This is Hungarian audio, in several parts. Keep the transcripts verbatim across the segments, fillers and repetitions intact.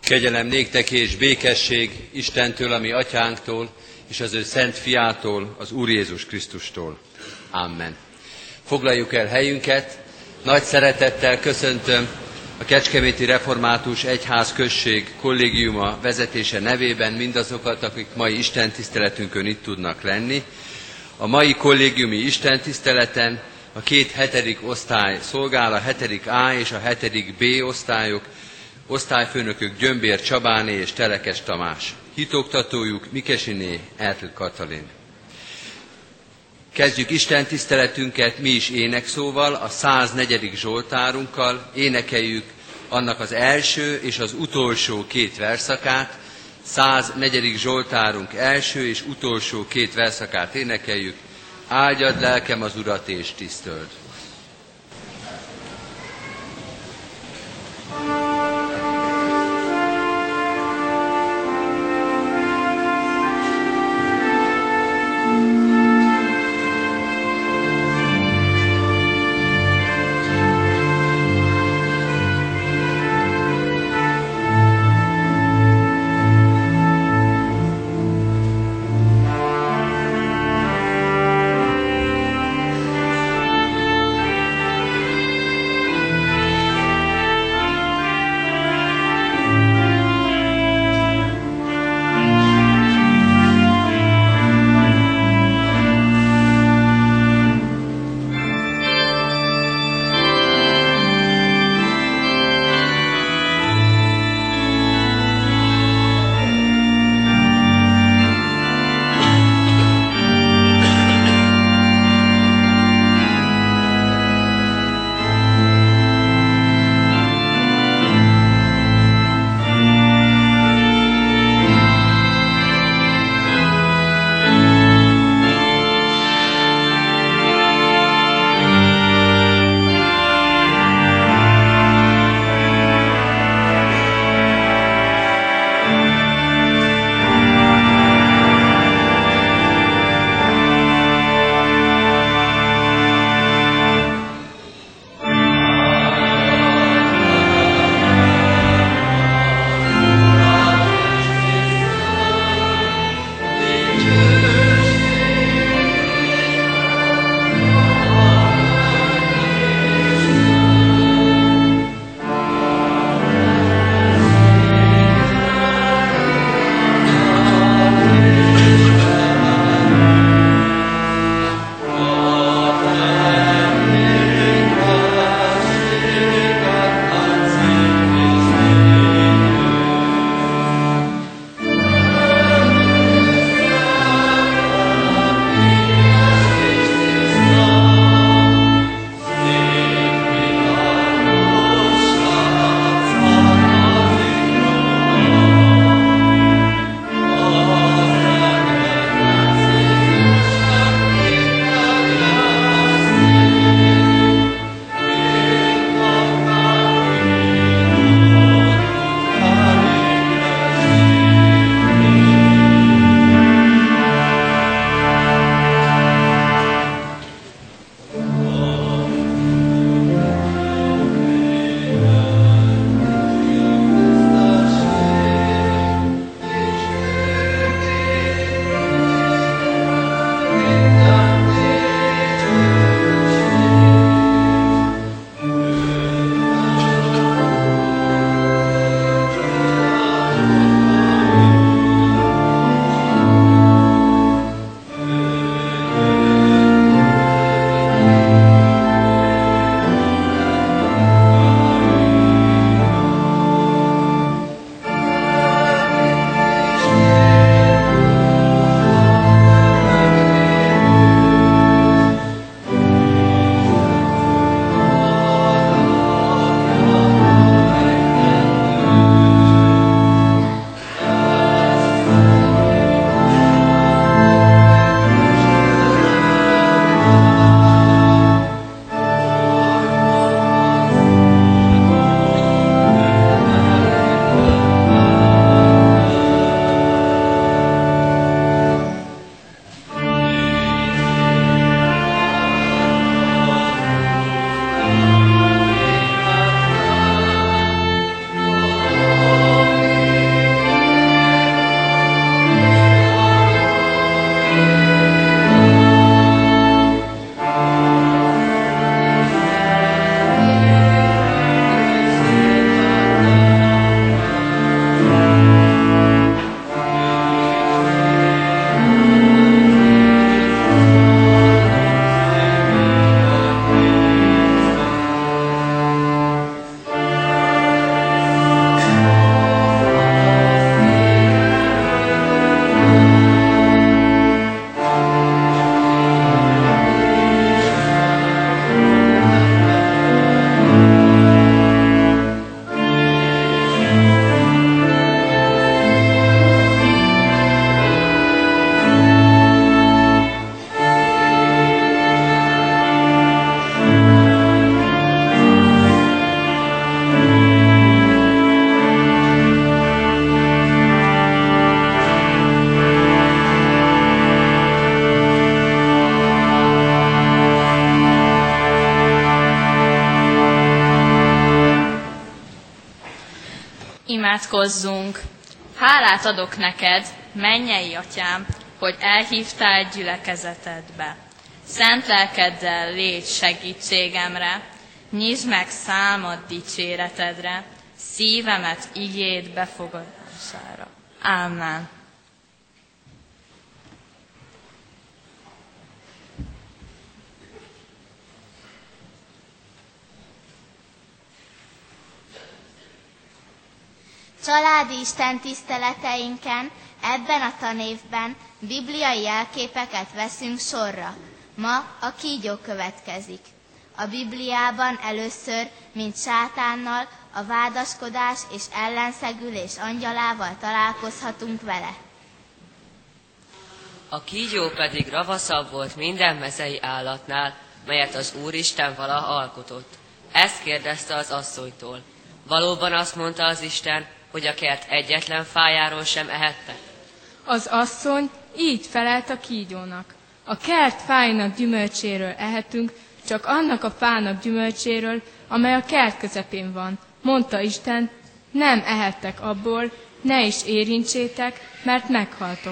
Kegyelem néktek és békesség Istentől, a mi atyánktól, és az ő szent fiától, az Úr Jézus Krisztustól. Amen. Foglaljuk el helyünket. Nagy szeretettel köszöntöm a Kecskeméti Református Egyház Község kollégiuma vezetése nevében mindazokat, akik mai istentiszteletünkön itt tudnak lenni. A mai kollégiumi istentiszteleten a két hetedik osztály szolgál, a hetedik A és a hetedik B osztályok, osztályfőnökök Gyömbér Csabáné és Telekes Tamás. Hitoktatójuk Mikesiné Ertl Katalin. Kezdjük istentiszteletünket mi is énekszóval, a száznegyedik zsoltárunkkal, énekeljük annak az első és az utolsó két verszakát. száznegyedik zsoltárunk első és utolsó két verszakát énekeljük. Áldjad lelkem az Urat és tisztöld! Thank you. Imádkozzunk! Hálát adok neked, mennyei atyám, hogy elhívtál gyülekezetedbe. Szent lelkeddel légy segítségemre, nyisd meg számad dicséretedre, szívemet igéd befogadására. Ámen. Családi Isten tiszteleteinken ebben a tanévben bibliai jelképeket veszünk sorra. Ma a kígyó következik. A Bibliában először, mint sátánnal, a vádaskodás és ellenszegülés angyalával találkozhatunk vele. A kígyó pedig ravaszabb volt minden mezei állatnál, melyet az Úristen valaha alkotott. Ezt kérdezte az asszonytól. Valóban azt mondta az Isten, hogy a kert egyetlen fájáról sem ehettek? Az asszony így felelt a kígyónak. A kert fáinak gyümölcséről ehetünk, csak annak a fának gyümölcséről, amely a kert közepén van. Mondta Isten, nem ehettek abból, ne is érintsétek, mert meghaltok.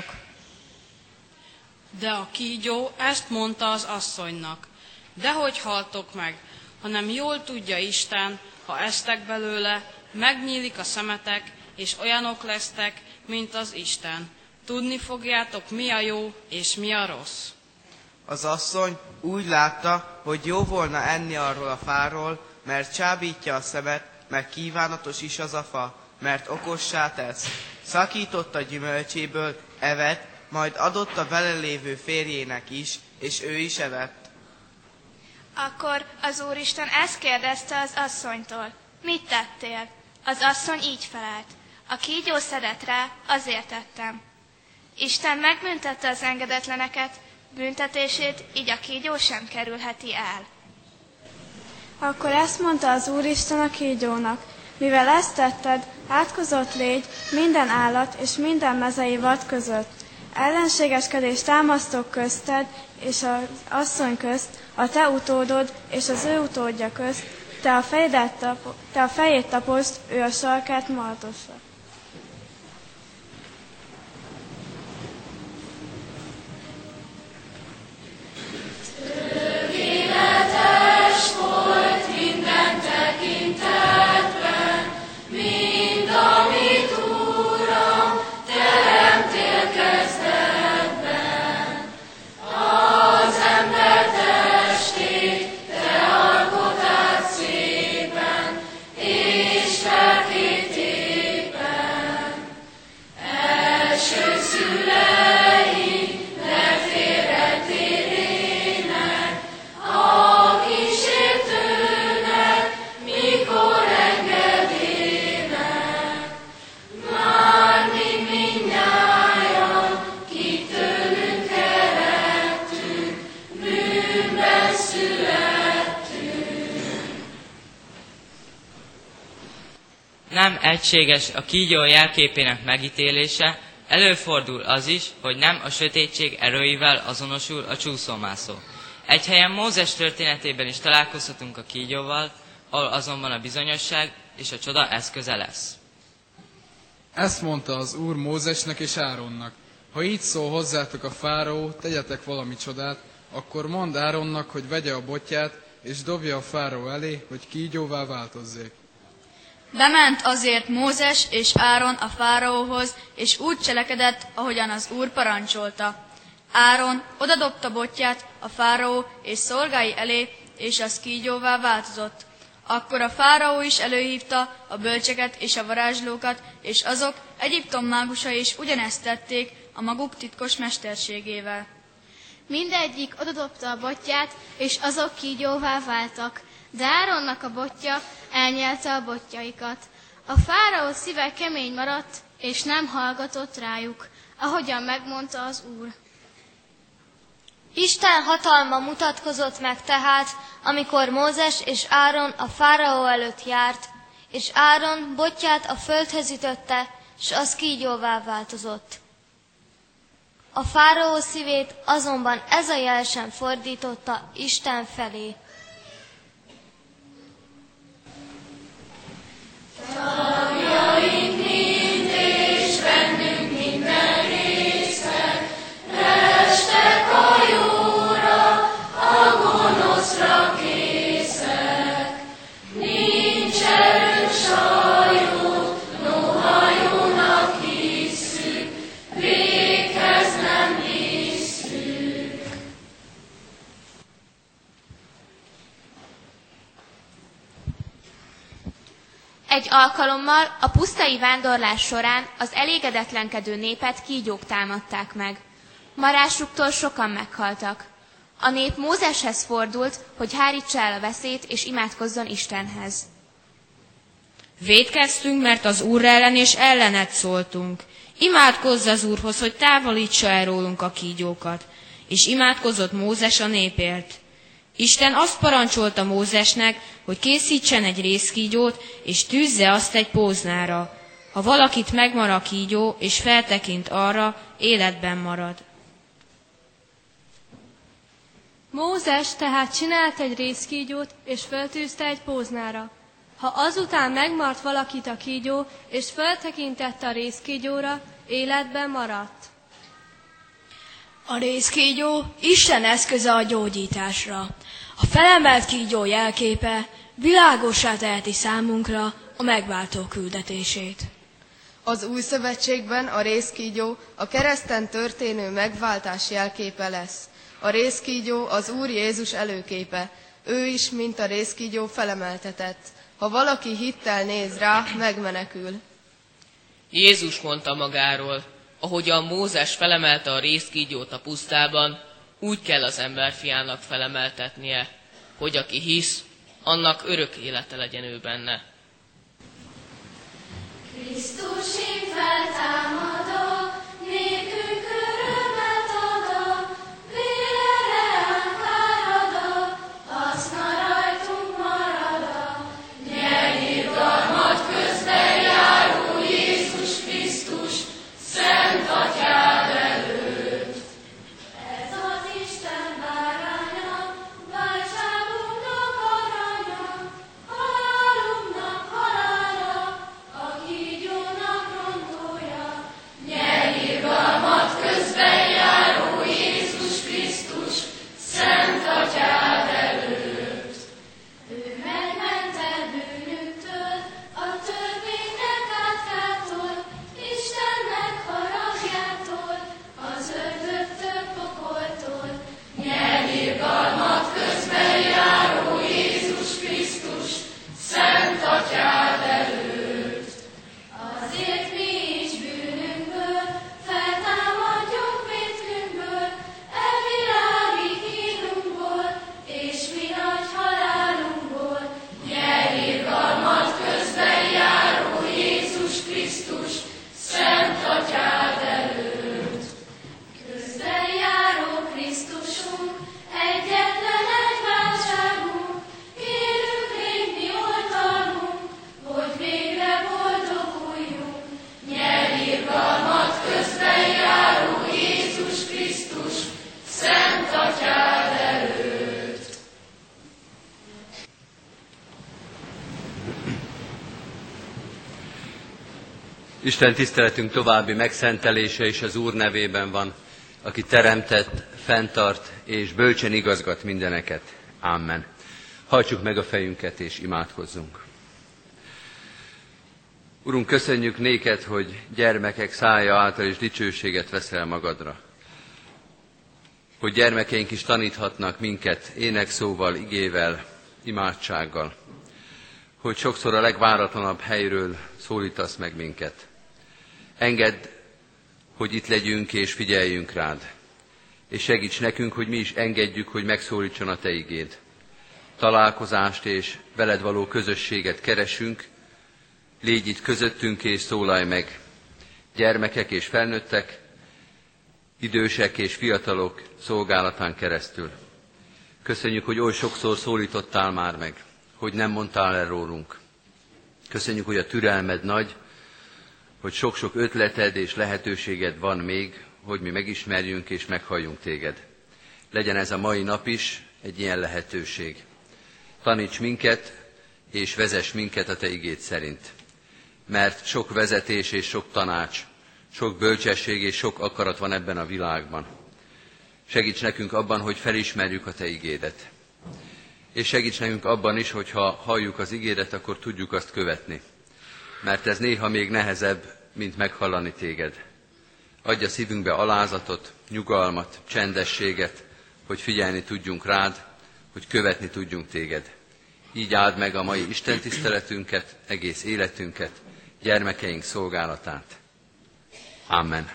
De a kígyó ezt mondta az asszonynak. Dehogy haltok meg, hanem jól tudja Isten, ha esztek belőle, megnyílik a szemetek, és olyanok lesztek, mint az Isten. Tudni fogjátok, mi a jó, és mi a rossz. Az asszony úgy látta, hogy jó volna enni arról a fáról, mert csábítja a szemet, meg kívánatos is az a fa, mert okossá tesz. Szakította gyümölcséből, evett, majd adott a vele lévő férjének is, és ő is evett. Akkor az Úristen ezt kérdezte az asszonytól. Mit tettél? Az asszony így felelt. A kígyó szedett rá, azért tettem. Isten megbüntette az engedetleneket, büntetését így a kígyó sem kerülheti el. Akkor ezt mondta az Úristen a kígyónak, mivel ezt tetted, átkozott légy minden állat és minden mezei vad között. Ellenségeskedést támasztok közted és az asszony közt, a te utódod és az ő utódja közt, te a, tapo, te a fejét taposd, ő a sarkát maltossa. Tökéletes volt minden tekintetben, mind amit Uram teremtél kezdetben. Az ember testét te alkottad szépen, és felképtépen. Első szüleid legfélretérének, a kísértőnek, mikor engedének. Már mi mindnyájan, kik tőlünk eredtünk, bűnben születtünk. Nem egységes a kígyó jelképének megítélése, előfordul az is, hogy nem a sötétség erőivel azonosul a csúszómászó. Egy helyen Mózes történetében is találkozhatunk a kígyóval, ahol azonban a bizonyosság és a csoda eszköze lesz. Ezt mondta az Úr Mózesnek és Áronnak: ha így szól hozzátok a fáraó, tegyetek valami csodát, akkor mondd Áronnak, hogy vegye a botját, és dobja a fáraó elé, hogy kígyóvá változzék. Bement azért Mózes és Áron a fáraóhoz, és úgy cselekedett, ahogyan az Úr parancsolta. Áron odadobta botját a fáraó és szolgái elé, és az kígyóvá változott. Akkor a fáraó is előhívta a bölcseket és a varázslókat, és azok Egyiptom mágusai is ugyanezt tették a maguk titkos mesterségével. Mindegyik odadobta a botját, és azok kígyóvá váltak, de Áronnak a botja elnyelte a botjaikat. A fáraó szíve kemény maradt, és nem hallgatott rájuk, ahogyan megmondta az Úr. Isten hatalma mutatkozott meg tehát, amikor Mózes és Áron a fáraó előtt járt, és Áron botját a földhöz ütötte, s az kígyóvá változott. A fáraó szívét azonban ez a jel sem fordította Isten felé. Tagjaink Egy alkalommal a pusztai vándorlás során az elégedetlenkedő népet kígyók támadták meg. Marásuktól sokan meghaltak. A nép Mózeshez fordult, hogy hárítsa el a veszélyt és imádkozzon Istenhez. Vétkeztünk, mert az Úr ellen és ellenet szóltunk. Imádkozz az Úrhoz, hogy távolítsa el rólunk a kígyókat. És imádkozott Mózes a népért. Isten azt parancsolta Mózesnek, hogy készítsen egy rézkígyót, és tűzze azt egy póznára. Ha valakit megmar a kígyó, és feltekint arra, életben marad. Mózes tehát csinált egy rézkígyót, és föltűzte egy póznára. Ha azután megmart valakit a kígyó, és föltekintett a rézkígyóra, életben maradt. A rézkígyó Isten eszköze a gyógyításra. A felemelt kígyó jelképe világossá teheti számunkra a megváltó küldetését. Az új szövetségben a rézkígyó a kereszten történő megváltás jelképe lesz. A rézkígyó az Úr Jézus előképe. Ő is, mint a rézkígyó felemeltetett. Ha valaki hittel néz rá, megmenekül. Jézus mondta magáról, ahogyan Mózes felemelte a rézkígyót a pusztában, úgy kell az emberfiának felemeltetnie, hogy aki hisz, annak örök élete legyen ő benne. Krisztusig feltámadó, nékünk örömet adó, vére ránk áradó, haszna rajtunk maradó, nyer irgalmat közben járó Jézus Krisztus, Szent Atyád előtt. Ez az Isten báránya, váltságunknak aranya, halálunknak halála, a kígyónak rontója. Nyer irgalmat közben járó Jézus Krisztus, Szent Atyád előtt. Ő megmente bűnüktől, a törvénynek átkától, Istennek haragjától, az ördögtől pokoltól. Nyer irgalmat közben járó Jézus Krisztus, Szent Atyád előtt. Azért mi is bűnünkből feltámadjunk vétkünkből, e világi kínunkból, és mi nagy halálunkból. Nyer irgalmat közben járó Jézus Krisztus, Szent Atyád előtt. Közben járó Krisztusunk, egyetlen egy váltságunk, kérünk légy mi oltalmunk, hogy végre boldoguljunk. Nyer irgalmat közben járó Jézus Krisztus, Szent Atyád előtt. Isten tiszteletünk további megszentelése is az Úr nevében van, aki teremtett, fenntart és bölcsen igazgat mindeneket. Amen. Hajtsuk meg a fejünket és imádkozzunk. Urunk, köszönjük néked, hogy gyermekek szája által is dicsőséget veszel magadra. Hogy gyermekeink is taníthatnak minket énekszóval, igével, imádsággal. Hogy sokszor a legváratlanabb helyről szólítasz meg minket. Engedd, hogy itt legyünk és figyeljünk rád. És segíts nekünk, hogy mi is engedjük, hogy megszólítson a te igéd. Találkozást és veled való közösséget keresünk. Légy itt közöttünk és szólalj meg. Gyermekek és felnőttek, idősek és fiatalok szolgálatán keresztül. Köszönjük, hogy oly sokszor szólítottál már meg, hogy nem mondtál el rólunk. Köszönjük, hogy a türelmed nagy, hogy sok-sok ötleted és lehetőséged van még, hogy mi megismerjünk és meghalljunk téged. Legyen ez a mai nap is egy ilyen lehetőség. Taníts minket, és vezess minket a te igéd szerint. Mert sok vezetés és sok tanács, sok bölcsesség és sok akarat van ebben a világban. Segíts nekünk abban, hogy felismerjük a te igédet. És segíts nekünk abban is, hogy ha halljuk az igédet, akkor tudjuk azt követni. Mert ez néha még nehezebb, mint meghallani téged. Adj a szívünkbe alázatot, nyugalmat, csendességet, hogy figyelni tudjunk rád, hogy követni tudjunk téged. így áld meg a mai Isten tiszteletünket, egész életünket, gyermekeink szolgálatát. Amen.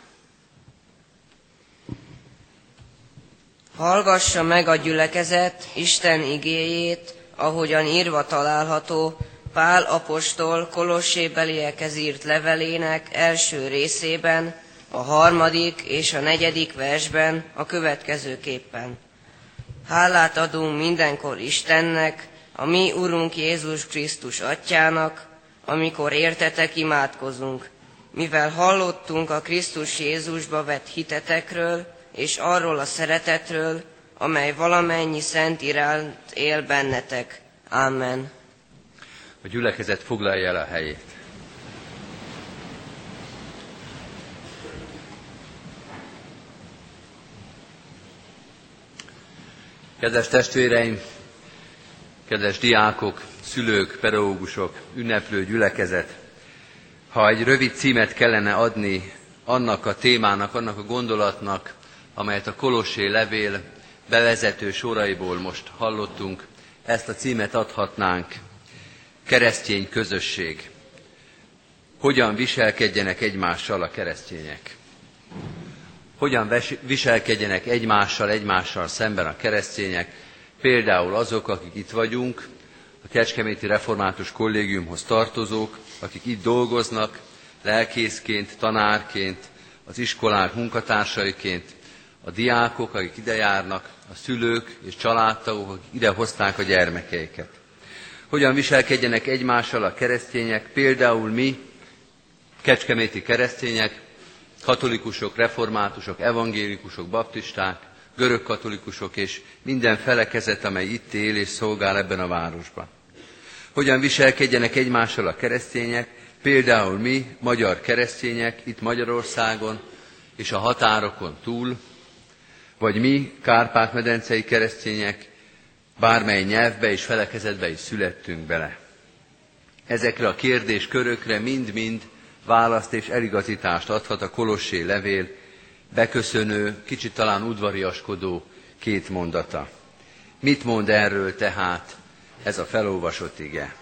Hallgassa meg a gyülekezet Isten igéjét, ahogyan írva található Pál apostol Kolossébeliekhez írt levelének első részében, a harmadik és a negyedik versben a következőképpen. Hálát adunk mindenkor Istennek, a mi Urunk Jézus Krisztus Atyának, amikor értetek imádkozunk, mivel hallottunk a Krisztus Jézusba vett hitetekről, és arról a szeretetről, amely valamennyi szent iránt él bennetek. Amen. A gyülekezet foglalja el a helyét. Kedves testvéreim, kedves diákok, szülők, pedagógusok, ünneplő gyülekezet, ha egy rövid címet kellene adni annak a témának, annak a gondolatnak, amelyet a Kolossé levél bevezető soraiból most hallottunk, ezt a címet adhatnánk: keresztény közösség. Hogyan viselkedjenek egymással a keresztények? Hogyan viselkedjenek egymással, egymással szemben a keresztények, például azok, akik itt vagyunk, a Kecskeméti Református Kollégiumhoz tartozók, akik itt dolgoznak, lelkészként, tanárként, az iskolák munkatársaiként, a diákok, akik ide járnak, a szülők és családtagok, akik ide hozták a gyermekeiket. Hogyan viselkedjenek egymással a keresztények, például mi, kecskeméti keresztények, katolikusok, reformátusok, evangélikusok, baptisták, görögkatolikusok és minden felekezet, amely itt él és szolgál ebben a városban. Hogyan viselkedjenek egymással a keresztények, például mi, magyar keresztények, itt Magyarországon és a határokon túl, vagy mi, kárpát-medencei keresztények, bármely nyelvbe és felekezetbe is születtünk bele. Ezekre a kérdéskörökre mind-mind választ és eligazítást adhat a Kolossé levél beköszönő, kicsit talán udvariaskodó két mondata. Mit mond erről tehát ez a felolvasott ige?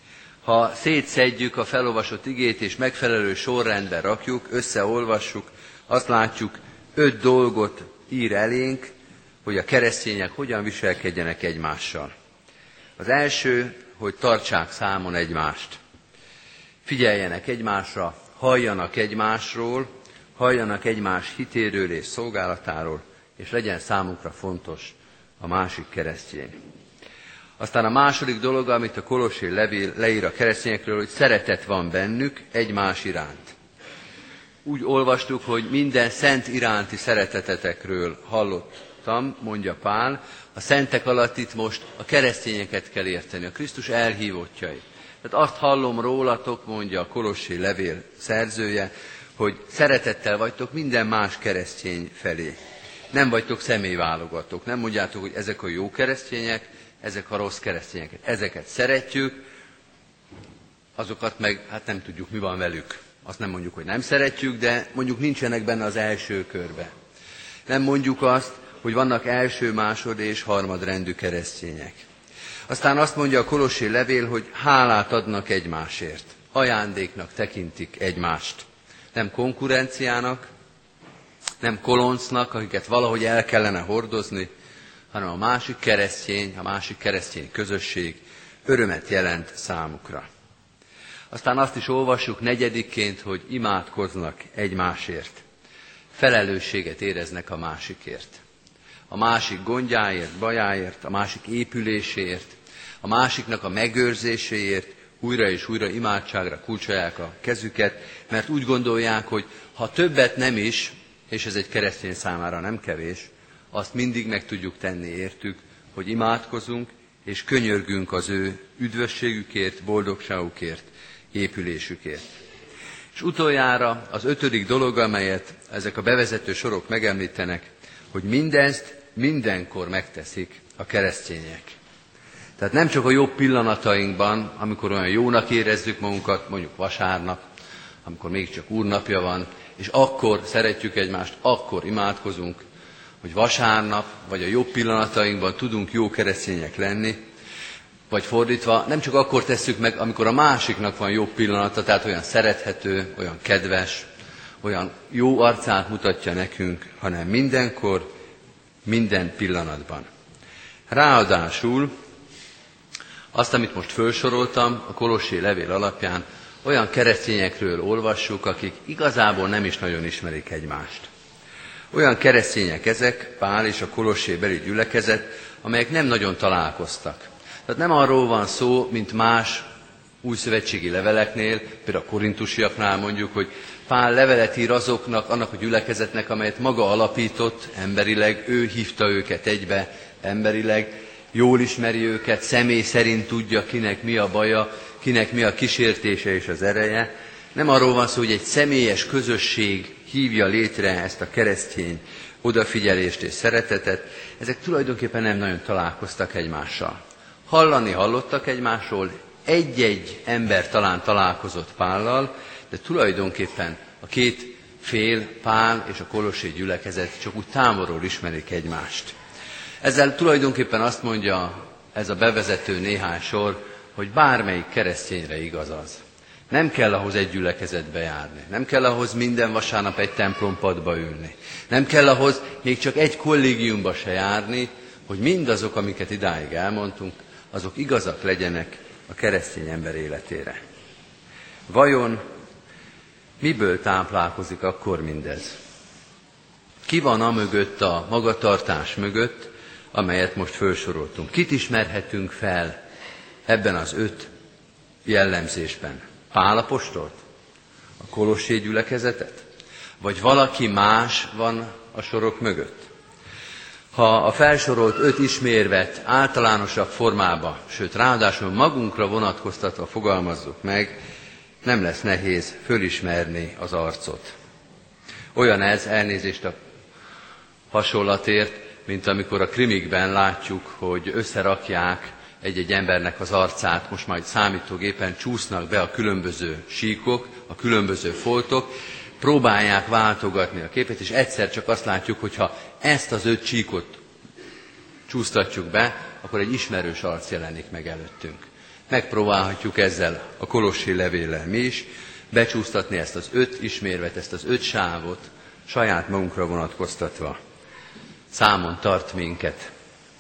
Ha szétszedjük a felolvasott igét és megfelelő sorrendben rakjuk, összeolvassuk, azt látjuk, öt dolgot ír elénk, hogy a keresztények hogyan viselkedjenek egymással. Az első, hogy tartsák számon egymást. Figyeljenek egymásra, halljanak egymásról, halljanak egymás hitéről és szolgálatáról, és legyen számukra fontos a másik keresztény. Aztán a második dolog, amit a Kolossé levél leír a keresztényekről, hogy szeretet van bennük egymás iránt. Úgy olvastuk, hogy minden szent iránti szeretetetekről hallottam, mondja Pál. A szentek alatt itt most a keresztényeket kell érteni, a Krisztus elhívottjai. Tehát azt hallom rólatok, mondja a Kolossé levél szerzője, hogy szeretettel vagytok minden más keresztény felé. Nem vagytok személyválogatók, nem mondjátok, hogy ezek a jó keresztények, ezek a rossz keresztények. Ezeket szeretjük, azokat meg hát nem tudjuk, mi van velük. Azt nem mondjuk, hogy nem szeretjük, de mondjuk nincsenek benne az első körbe. Nem mondjuk azt, hogy vannak első, másod és harmadrendű keresztények. Aztán azt mondja a Kolossé levél, hogy hálát adnak egymásért. Ajándéknak tekintik egymást. Nem konkurenciának, nem koloncnak, akiket valahogy el kellene hordozni, hanem a másik keresztény, a másik keresztény közösség örömet jelent számukra. Aztán azt is olvassuk negyedikként, hogy imádkoznak egymásért. Felelősséget éreznek a másikért. A másik gondjáért, bajáért, a másik épüléséért, a másiknak a megőrzéséért újra és újra imádságra kulcsolják a kezüket, mert úgy gondolják, hogy ha többet nem is, és ez egy keresztény számára nem kevés, azt mindig meg tudjuk tenni értük, hogy imádkozunk és könyörgünk az ő üdvösségükért, boldogságukért, épülésükért. És utoljára az ötödik dolog, amelyet ezek a bevezető sorok megemlítenek, hogy mindezt mindenkor megteszik a keresztények. Tehát nem csak a jobb pillanatainkban, amikor olyan jónak érezzük magunkat, mondjuk vasárnap, amikor mégiscsak úrnapja van, és akkor szeretjük egymást, akkor imádkozunk, hogy vasárnap, vagy a jobb pillanatainkban tudunk jó keresztények lenni, Vagy fordítva, nem csak akkor tesszük meg, amikor a másiknak van jobb pillanata, tehát olyan szerethető, olyan kedves, olyan jó arcát mutatja nekünk, hanem mindenkor, minden pillanatban. Ráadásul azt, amit most felsoroltam, a Kolossé levél alapján olyan keresztényekről olvassuk, akik igazából nem is nagyon ismerik egymást. Olyan keresztények ezek, Pál és a Kolossé beli gyülekezet, amelyek nem nagyon találkoztak. Tehát nem arról van szó, mint más újszövetségi leveleknél, például a korintusiaknál mondjuk, hogy Pál levelet ír azoknak, annak a gyülekezetnek, amelyet maga alapított emberileg, ő hívta őket egybe emberileg, jól ismeri őket, személy szerint tudja, kinek mi a baja, kinek mi a kísértése és az ereje. Nem arról van szó, hogy egy személyes közösség hívja létre ezt a keresztény odafigyelést és szeretetet. Ezek tulajdonképpen nem nagyon találkoztak egymással. Hallani hallottak egymásról, egy-egy ember talán találkozott Pállal, de tulajdonképpen a két fél, Pál és a Kolossé gyülekezet csak úgy távolról ismerik egymást. Ezzel tulajdonképpen azt mondja ez a bevezető néhány sor, hogy bármelyik keresztényre igaz az. Nem kell ahhoz egy gyülekezetbe járni, nem kell ahhoz minden vasárnap egy templompadba ülni, nem kell ahhoz még csak egy kollégiumba se járni, hogy mindazok, amiket idáig elmondtunk, azok igazak legyenek a keresztény ember életére. Vajon miből táplálkozik akkor mindez? Ki van amögött, a magatartás mögött, amelyet most felsoroltunk? Kit ismerhetünk fel ebben az öt jellemzésben? Pál apostolt? A Kolossé gyülekezetet? Vagy valaki más van a sorok mögött? Ha a felsorolt öt ismérvet általánosabb formába, sőt ráadásul magunkra vonatkoztatva fogalmazzuk meg, nem lesz nehéz fölismerni az arcot. Olyan ez, elnézést a hasonlatért, mint amikor a krimikben látjuk, hogy összerakják egy-egy embernek az arcát, most majd számítógépen csúsznak be a különböző síkok, a különböző foltok, próbálják váltogatni a képet, és egyszer csak azt látjuk, hogy ha ezt az öt csíkot csúsztatjuk be, akkor egy ismerős arc jelenik meg előttünk. Megpróbálhatjuk ezzel a Kolossé levéllel mi is becsúsztatni ezt az öt ismérvet, ezt az öt sávot, saját magunkra vonatkoztatva. Számon tart minket.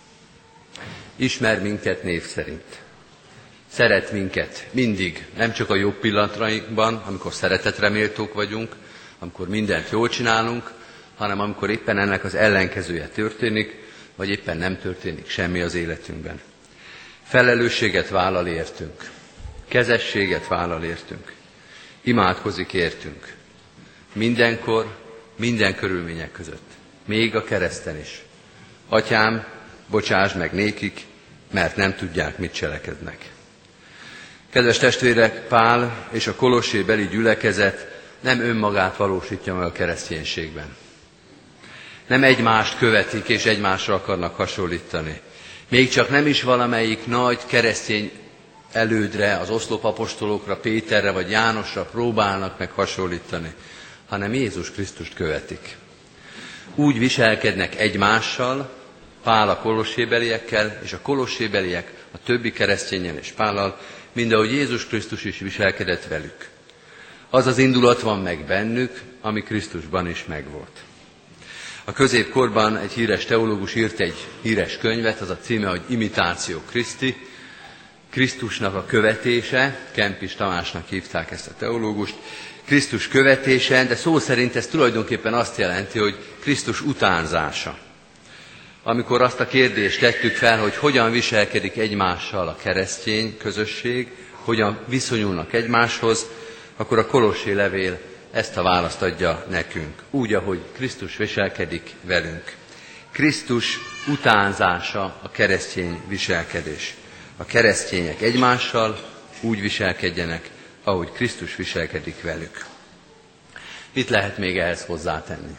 Ismer minket név szerint. Szeret minket mindig, nem csak a jobb pillanatainkban, amikor szeretetre méltók vagyunk, amikor mindent jól csinálunk, hanem amikor éppen ennek az ellenkezője történik, vagy éppen nem történik semmi az életünkben. Felelősséget vállal értünk, kezességet vállal értünk, imádkozik értünk. Mindenkor, minden körülmények között, még a kereszten is. Atyám, bocsáss meg nékik, mert nem tudják, mit cselekednek. Kedves testvérek, Pál és a Kolossé beli gyülekezet nem önmagát valósítja meg a kereszténységben. Nem egymást követik és egymásra akarnak hasonlítani. Még csak nem is valamelyik nagy keresztény elődre, az oszlopapostolokra, Péterre vagy Jánosra próbálnak meg hasonlítani, hanem Jézus Krisztust követik. Úgy viselkednek egymással, Pál a kolossébeliekkel, és a kolossébeliek a többi keresztényen és Pállal, mint ahogy Jézus Krisztus is viselkedett velük. Az az indulat van meg bennük, ami Krisztusban is megvolt. A középkorban egy híres teológus írt egy híres könyvet, az a címe, hogy Imitáció Christi, Krisztusnak a követése, Kempis Tamásnak hívták ezt a teológust, Krisztus követése, de szó szerint ez tulajdonképpen azt jelenti, hogy Krisztus utánzása. Amikor azt a kérdést tettük fel, hogy hogyan viselkedik egymással a keresztény közösség, hogyan viszonyulnak egymáshoz, akkor a Kolossé levél ezt a választ adja nekünk, úgy, ahogy Krisztus viselkedik velünk. Krisztus utánzása a keresztény viselkedés. A keresztények egymással úgy viselkedjenek, ahogy Krisztus viselkedik velük. Mit lehet még ehhez hozzátenni?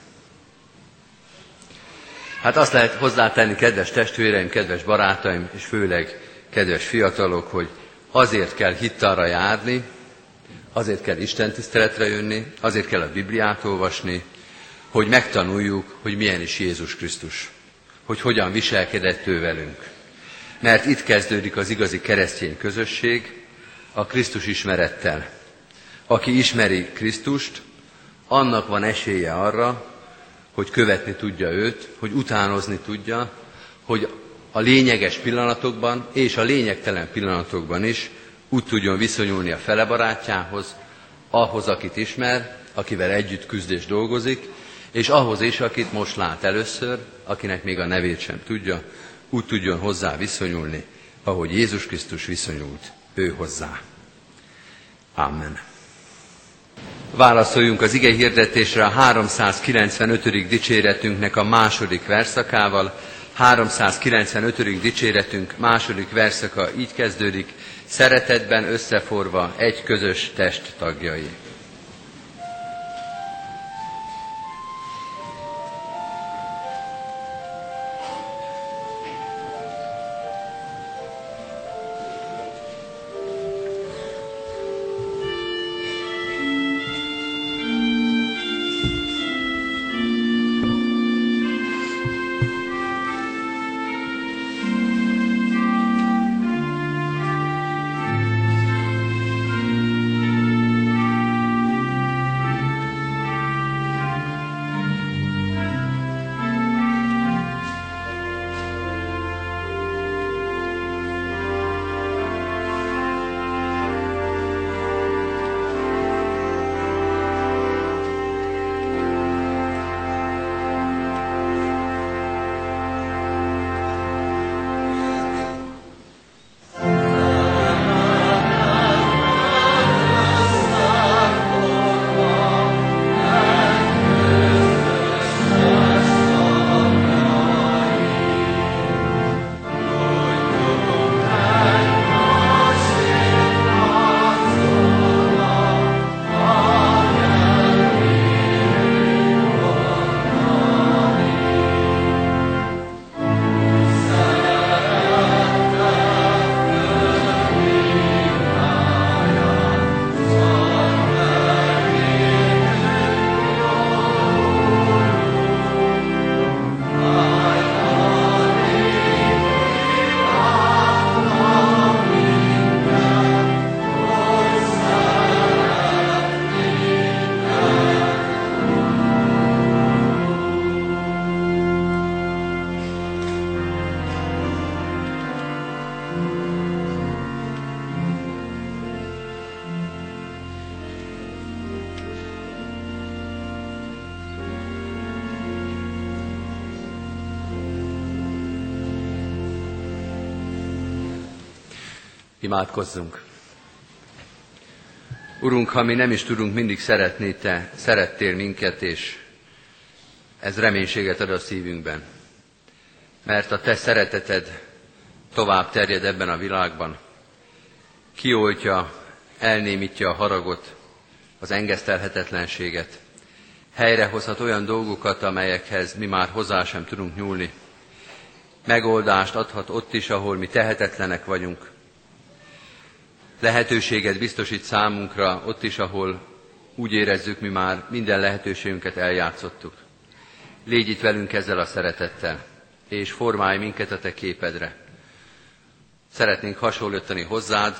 Hát azt lehet hozzátenni, kedves testvéreim, kedves barátaim, és főleg kedves fiatalok, hogy azért kell hittalra járni, azért kell Isten tiszteletre jönni, azért kell a Bibliát olvasni, hogy megtanuljuk, hogy milyen is Jézus Krisztus, hogy hogyan viselkedett ő velünk. mert itt kezdődik az igazi keresztény közösség, a Krisztus ismerettel. Aki ismeri Krisztust, annak van esélye arra, hogy követni tudja őt, hogy utánozni tudja, hogy a lényeges pillanatokban és a lényegtelen pillanatokban is úgy tudjon viszonyulni a fele barátjához, ahhoz, akit ismer, akivel együtt küzd és dolgozik, és ahhoz is, akit most lát először, akinek még a nevét sem tudja, úgy tudjon hozzá viszonyulni, ahogy Jézus Krisztus viszonyult ő hozzá. Amen. Válaszoljunk az ige hirdetésre a háromszázkilencvenötödik dicséretünknek a második verszakával. háromszázkilencvenötödik dicséretünk második verszaka így kezdődik: szeretetben összeforva egy közös test tagjai. Imádkozzunk! Urunk, ha mi nem is tudunk mindig szeretni, Te szerettél minket, és ez reménységet ad a szívünkben. Mert a Te szereteted tovább terjed ebben a világban. Kioltja, elnémítja a haragot, az engesztelhetetlenséget. Helyrehozhat olyan dolgokat, amelyekhez mi már hozzá sem tudunk nyúlni. Megoldást adhat ott is, ahol mi tehetetlenek vagyunk. Lehetőséget biztosít számunkra ott is, ahol úgy érezzük, mi már minden lehetőségünket eljátszottuk. Légy itt velünk ezzel a szeretettel, és formálj minket a Te képedre. Szeretnénk hasonlítani hozzád,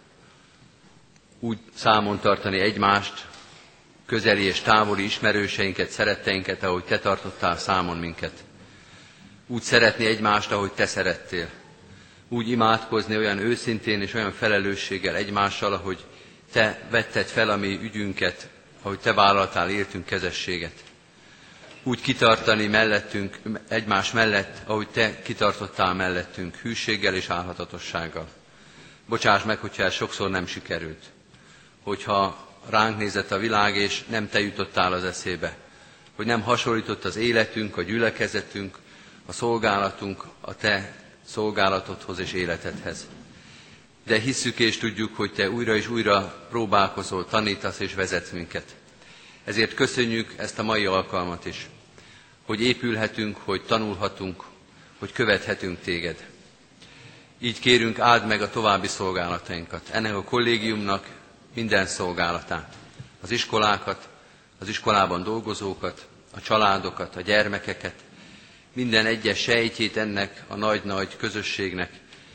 úgy számon tartani egymást, közeli és távoli ismerőseinket, szeretteinket, ahogy Te tartottál számon minket. Úgy szeretni egymást, ahogy Te szerettél. Úgy imádkozni olyan őszintén és olyan felelősséggel egymással, ahogy Te vetted fel a mi ügyünket, ahogy Te vállaltál értünk kezességet. Úgy kitartani mellettünk, egymás mellett, ahogy Te kitartottál mellettünk, hűséggel és álhatatossággal. Bocsáss meg, hogyha ez sokszor nem sikerült. Hogyha ránk nézett a világ, és nem Te jutottál az eszébe. Hogy nem hasonlított az életünk, a gyülekezetünk, a szolgálatunk a Te szolgálatodhoz és életedhez. De hisszük és tudjuk, hogy Te újra és újra próbálkozol, tanítasz és vezetsz minket. Ezért köszönjük ezt a mai alkalmat is, hogy épülhetünk, hogy tanulhatunk, hogy követhetünk Téged. Így kérünk, áld meg a további szolgálatainkat, ennek a kollégiumnak minden szolgálatát, az iskolákat, az iskolában dolgozókat, a családokat, a gyermekeket, minden egyes sejtjét ennek a nagy-nagy közösségnek,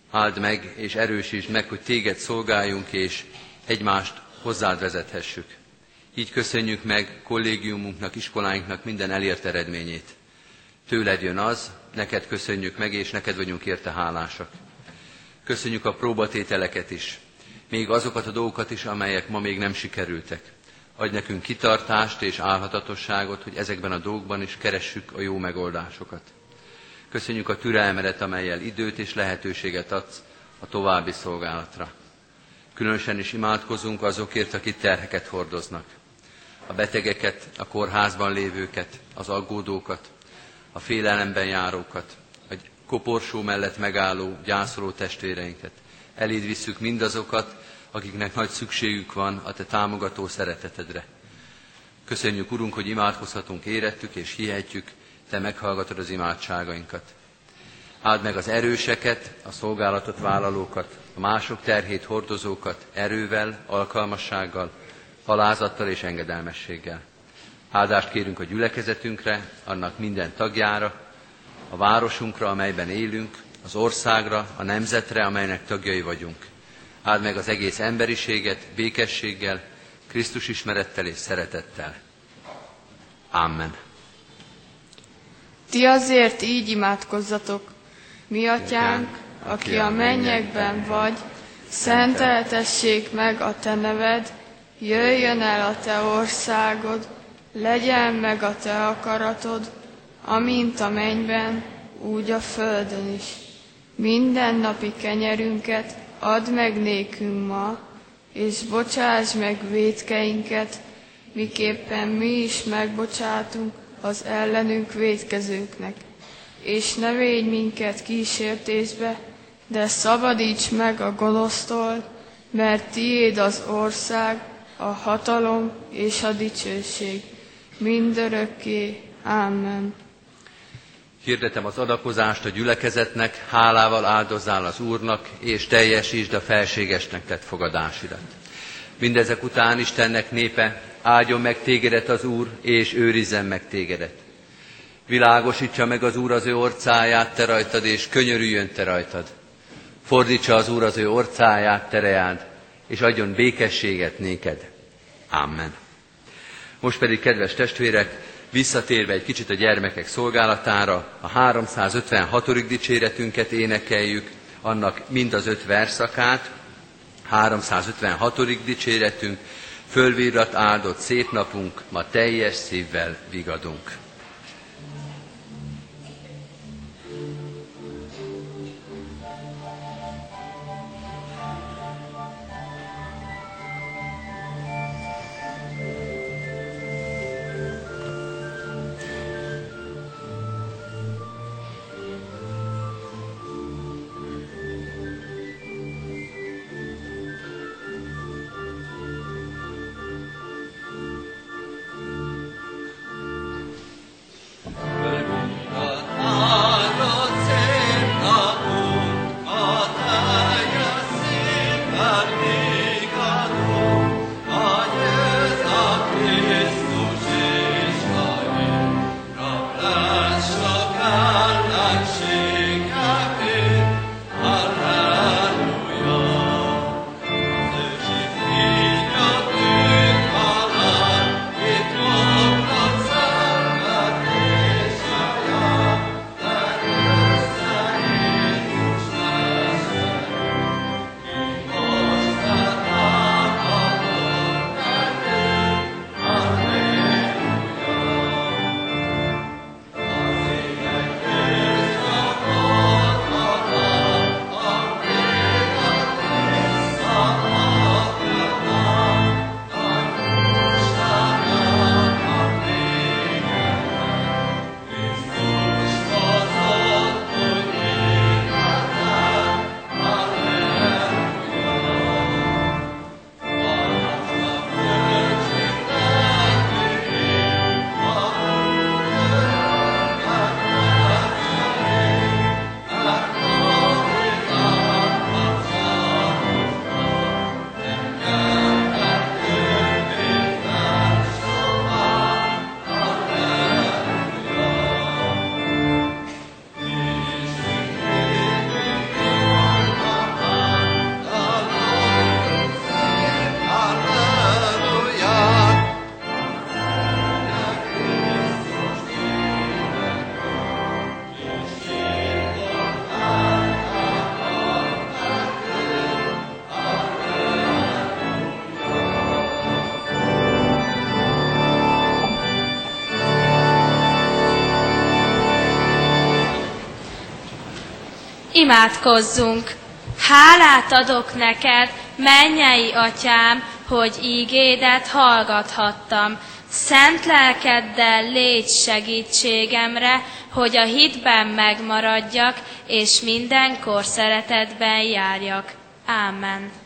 Áld meg és erősítsd meg, hogy téged szolgáljunk és egymást hozzád vezethessük. Így köszönjük meg kollégiumunknak, iskoláinknak minden elért eredményét. Tőled jön az, neked köszönjük meg, és neked vagyunk érte hálásak. Köszönjük a próbatételeket is, még azokat a dolgokat is, amelyek ma még nem sikerültek. Adj nekünk kitartást és álhatatosságot, hogy ezekben a dolgokban is keressük a jó megoldásokat. Köszönjük a türelmedet, amellyel időt és lehetőséget adsz a további szolgálatra. Különösen is imádkozunk azokért, akik terheket hordoznak. A betegeket, a kórházban lévőket, az aggódókat, a félelemben járókat, a koporsó mellett megálló, gyászoló testvéreinket. Eléd visszük mindazokat, akiknek nagy szükségük van a te támogató szeretetedre. Köszönjük, Urunk, hogy imádkozhatunk, érettük és hihetjük, te meghallgatod az imádságainkat. Áld meg az erőseket, a szolgálatot vállalókat, a mások terhét hordozókat erővel, alkalmassággal, alázattal és engedelmességgel. Áldást kérünk a gyülekezetünkre, annak minden tagjára, a városunkra, amelyben élünk, az országra, a nemzetre, amelynek tagjai vagyunk. Áld meg az egész emberiséget békességgel, Krisztus ismerettel és szeretettel. Amen. Ti azért így imádkozzatok, mi atyánk, aki a mennyekben vagy, szenteltessék meg a te neved, jöjjön el a te országod, legyen meg a te akaratod, amint a mennyben, úgy a földön is. Mindennapi kenyerünket add meg nékünk ma, és bocsáss meg vétkeinket, miképpen mi is megbocsátunk az ellenünk vétkezőknek. És ne védj minket kísértésbe, de szabadíts meg a gonosztól, mert tiéd az ország, a hatalom és a dicsőség mindörökké. Amen. Hirdetem az adakozást a gyülekezetnek, hálával áldozzál az Úrnak, és teljesítsd a felségesnek tett fogadásidat. Mindezek után Istennek népe, áldjon meg tégedet az Úr, és őrizzen meg tégedet. Világosítsa meg az Úr az ő orcáját te rajtad, és könyörüljön te rajtad. Fordítsa az Úr az ő orcáját te reád, és adjon békességet néked. Amen. Most pedig, kedves testvérek, visszatérve egy kicsit a gyermekek szolgálatára, a háromszázötvenhatodik dicséretünket énekeljük, annak mind az öt verszakát. háromszázötvenhatodik dicséretünk, fölvirrat áldott szép napunk, ma teljes szívvel vigadunk. Imádkozzunk! Hálát adok neked, mennyei atyám, hogy ígédet hallgathattam. Szent lelkeddel légy segítségemre, hogy a hitben megmaradjak, és mindenkor szeretetben járjak. Ámen.